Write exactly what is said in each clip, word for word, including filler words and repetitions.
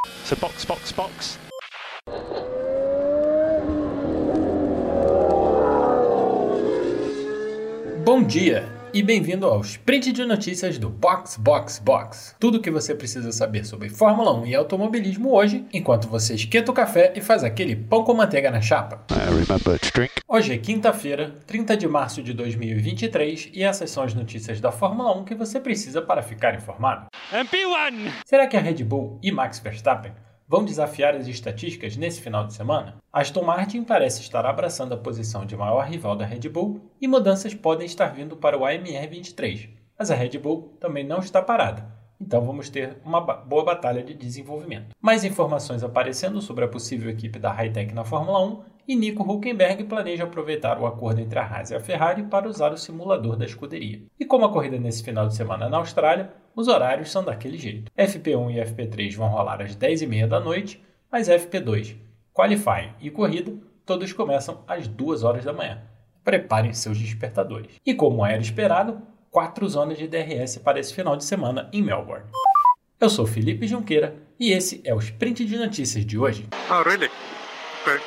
So box, box, box. Bom dia e bem-vindo ao Sprint de Notícias do Box, Box, Box. Tudo o que você precisa saber sobre Fórmula um e automobilismo hoje, enquanto você esquenta o café e faz aquele pão com manteiga na chapa. I remember to drink. Hoje é quinta-feira, trinta de março de dois mil e vinte e três, e essas são as notícias da Fórmula um que você precisa para ficar informado. M P um! Será que a Red Bull e Max Verstappen vão desafiar as estatísticas nesse final de semana? Aston Martin parece estar abraçando a posição de maior rival da Red Bull e mudanças podem estar vindo para o A M R vinte e três, mas a Red Bull também não está parada, então vamos ter uma boa batalha de desenvolvimento. Mais informações aparecendo sobre a possível equipe da Hi-Tech na Fórmula um e Nico Hülkenberg planeja aproveitar o acordo entre a Haas e a Ferrari para usar o simulador da escuderia. E como a corrida nesse final de semana na Austrália, os horários são daquele jeito. F P um e F P três vão rolar às dez e meia da noite, mas F P dois, Qualifying e Corrida, todos começam às duas horas da manhã. Preparem seus despertadores. E como era esperado, quatro zonas de D R S para esse final de semana em Melbourne. Eu sou Felipe Junqueira e esse é o Sprint de Notícias de hoje. Oh, really? Okay.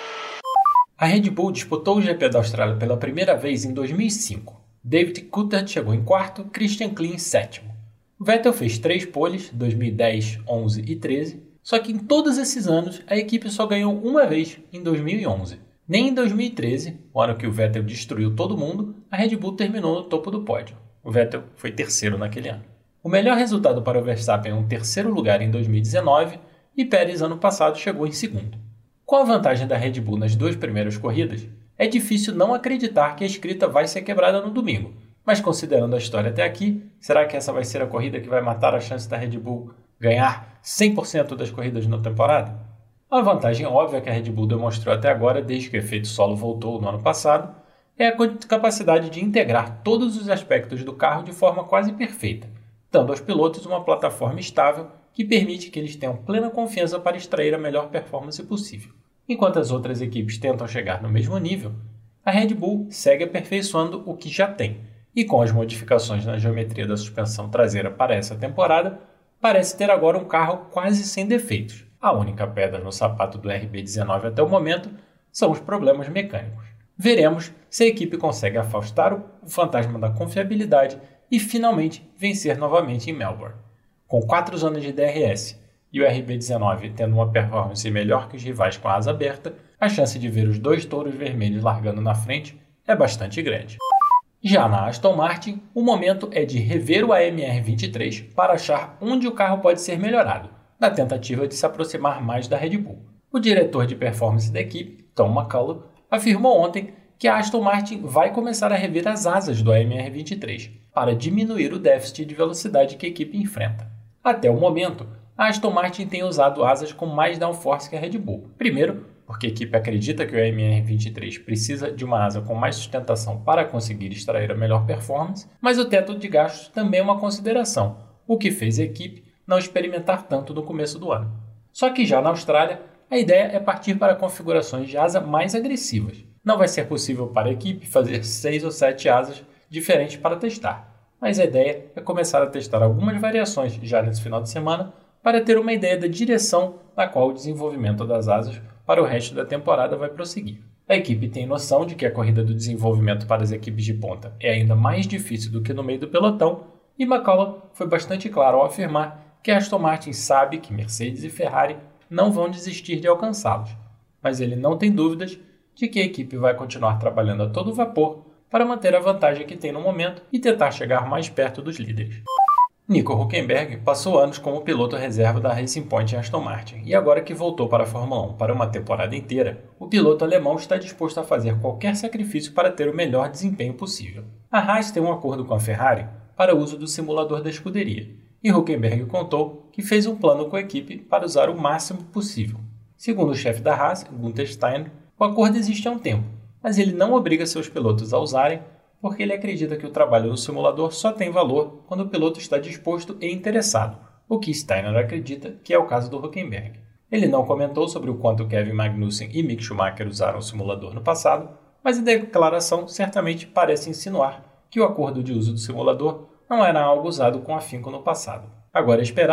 A Red Bull disputou o G P da Austrália pela primeira vez em dois mil e cinco. David Coulthard chegou em quarto, Christian Klien em sétimo. Vettel fez três poles, dois mil e dez, onze e treze, só que em todos esses anos a equipe só ganhou uma vez, em dois mil e onze. Nem em dois mil e treze, o ano que o Vettel destruiu todo mundo, a Red Bull terminou no topo do pódio. O Vettel foi terceiro naquele ano. O melhor resultado para o Verstappen é um terceiro lugar em dois mil e dezenove e Pérez ano passado chegou em segundo. Com a vantagem da Red Bull nas duas primeiras corridas, é difícil não acreditar que a escrita vai ser quebrada no domingo. Mas considerando a história até aqui, será que essa vai ser a corrida que vai matar a chance da Red Bull ganhar cem por cento das corridas na temporada? A vantagem óbvia que a Red Bull demonstrou até agora, desde que o efeito solo voltou no ano passado, é a capacidade de integrar todos os aspectos do carro de forma quase perfeita, dando aos pilotos uma plataforma estável que permite que eles tenham plena confiança para extrair a melhor performance possível. Enquanto as outras equipes tentam chegar no mesmo nível, a Red Bull segue aperfeiçoando o que já tem, e com as modificações na geometria da suspensão traseira para essa temporada, parece ter agora um carro quase sem defeitos. A única pedra no sapato do R B dezenove até o momento são os problemas mecânicos. Veremos se a equipe consegue afastar o fantasma da confiabilidade e finalmente vencer novamente em Melbourne. Com quatro zonas de D R S e o R B dezenove tendo uma performance melhor que os rivais com a asa aberta, a chance de ver os dois touros vermelhos largando na frente é bastante grande. Já na Aston Martin, o momento é de rever o A M R vinte e três para achar onde o carro pode ser melhorado, na tentativa de se aproximar mais da Red Bull. O diretor de performance da equipe, Tom McCullough, afirmou ontem que a Aston Martin vai começar a rever as asas do A M R vinte e três para diminuir o déficit de velocidade que a equipe enfrenta. Até o momento, a Aston Martin tem usado asas com mais downforce que a Red Bull. Primeiro, porque a equipe acredita que o A M R vinte e três precisa de uma asa com mais sustentação para conseguir extrair a melhor performance, mas o teto de gastos também é uma consideração, o que fez a equipe não experimentar tanto no começo do ano. Só que já na Austrália, a ideia é partir para configurações de asa mais agressivas. Não vai ser possível para a equipe fazer seis ou sete asas diferentes para testar, mas a ideia é começar a testar algumas variações já nesse final de semana para ter uma ideia da direção na qual o desenvolvimento das asas para o resto da temporada vai prosseguir. A equipe tem noção de que a corrida do desenvolvimento para as equipes de ponta é ainda mais difícil do que no meio do pelotão, e McCullough foi bastante claro ao afirmar que a Aston Martin sabe que Mercedes e Ferrari não vão desistir de alcançá-los, mas ele não tem dúvidas de que a equipe vai continuar trabalhando a todo vapor para manter a vantagem que tem no momento e tentar chegar mais perto dos líderes. Nico Hülkenberg passou anos como piloto reserva da Racing Point em Aston Martin e agora que voltou para a Fórmula um para uma temporada inteira, o piloto alemão está disposto a fazer qualquer sacrifício para ter o melhor desempenho possível. A Haas tem um acordo com a Ferrari para o uso do simulador da escuderia e Hülkenberg contou que fez um plano com a equipe para usar o máximo possível. Segundo o chefe da Haas, Gunther Steiner, o acordo existe há um tempo, mas ele não obriga seus pilotos a usarem porque ele acredita que o trabalho no simulador só tem valor quando o piloto está disposto e interessado, o que Steiner acredita que é o caso do Hülkenberg. Ele não comentou sobre o quanto Kevin Magnussen e Mick Schumacher usaram o simulador no passado, mas a declaração certamente parece insinuar que o acordo de uso do simulador não era algo usado com afinco no passado. Agora é esperar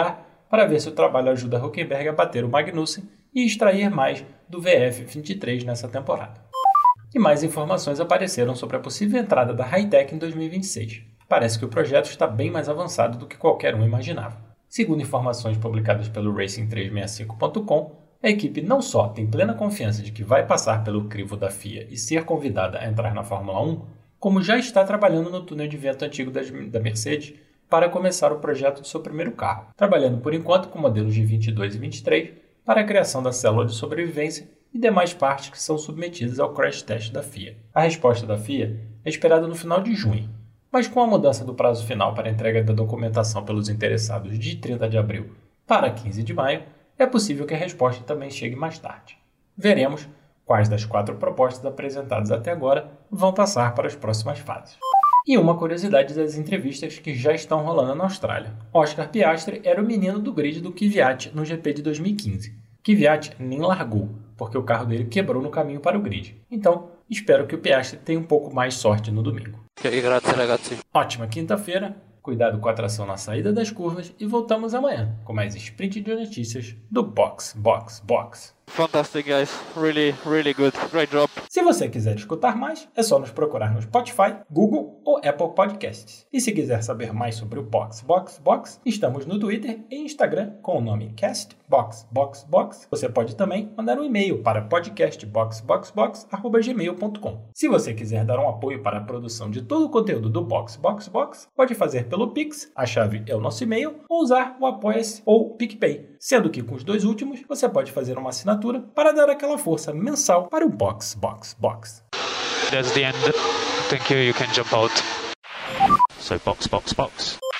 para ver se o trabalho ajuda Hülkenberg a bater o Magnussen e extrair mais do V F vinte e três nessa temporada. E mais informações apareceram sobre a possível entrada da Hi-Tech em dois mil e vinte e seis. Parece que o projeto está bem mais avançado do que qualquer um imaginava. Segundo informações publicadas pelo Racing trezentos e sessenta e cinco ponto com, a equipe não só tem plena confiança de que vai passar pelo crivo da F I A e ser convidada a entrar na Fórmula um, como já está trabalhando no túnel de vento antigo da Mercedes para começar o projeto de seu primeiro carro, trabalhando por enquanto com modelos de vinte e dois e vinte e três para a criação da célula de sobrevivência e demais partes que são submetidas ao crash test da F I A. A resposta da F I A é esperada no final de junho, mas com a mudança do prazo final para a entrega da documentação pelos interessados de trinta de abril para quinze de maio, é possível que a resposta também chegue mais tarde. Veremos quais das quatro propostas apresentadas até agora vão passar para as próximas fases. E uma curiosidade das entrevistas que já estão rolando na Austrália. Oscar Piastri era o menino do grid do Kvyat no G P de dois mil e quinze. Kvyat nem largou, porque o carro dele quebrou no caminho para o grid. Então, espero que o Piastri tenha um pouco mais sorte no domingo. Grazie, ragazzi. Ótima quinta-feira, cuidado com a tração na saída das curvas e voltamos amanhã com mais sprint de notícias do Box, Box, Box. Fantastic, guys. Really, really good. Great job. Se você quiser escutar mais, é só nos procurar no Spotify, Google ou Apple Podcasts. E se quiser saber mais sobre o Box, Box, Box, estamos no Twitter e Instagram com o nome Cast Box, Box, Box. Você pode também mandar um e-mail para podcast box box box arroba gmail ponto com. Se você quiser dar um apoio para a produção de todo o conteúdo do Box, Box, Box, pode fazer pelo Pix, a chave é o nosso e-mail, ou usar o Apoia-se ou PicPay. Sendo que com os dois últimos, você pode fazer uma assinatura para dar aquela força mensal para o Box, Box, Box. That's the end. Thank you. You can jump out. So box, box, box.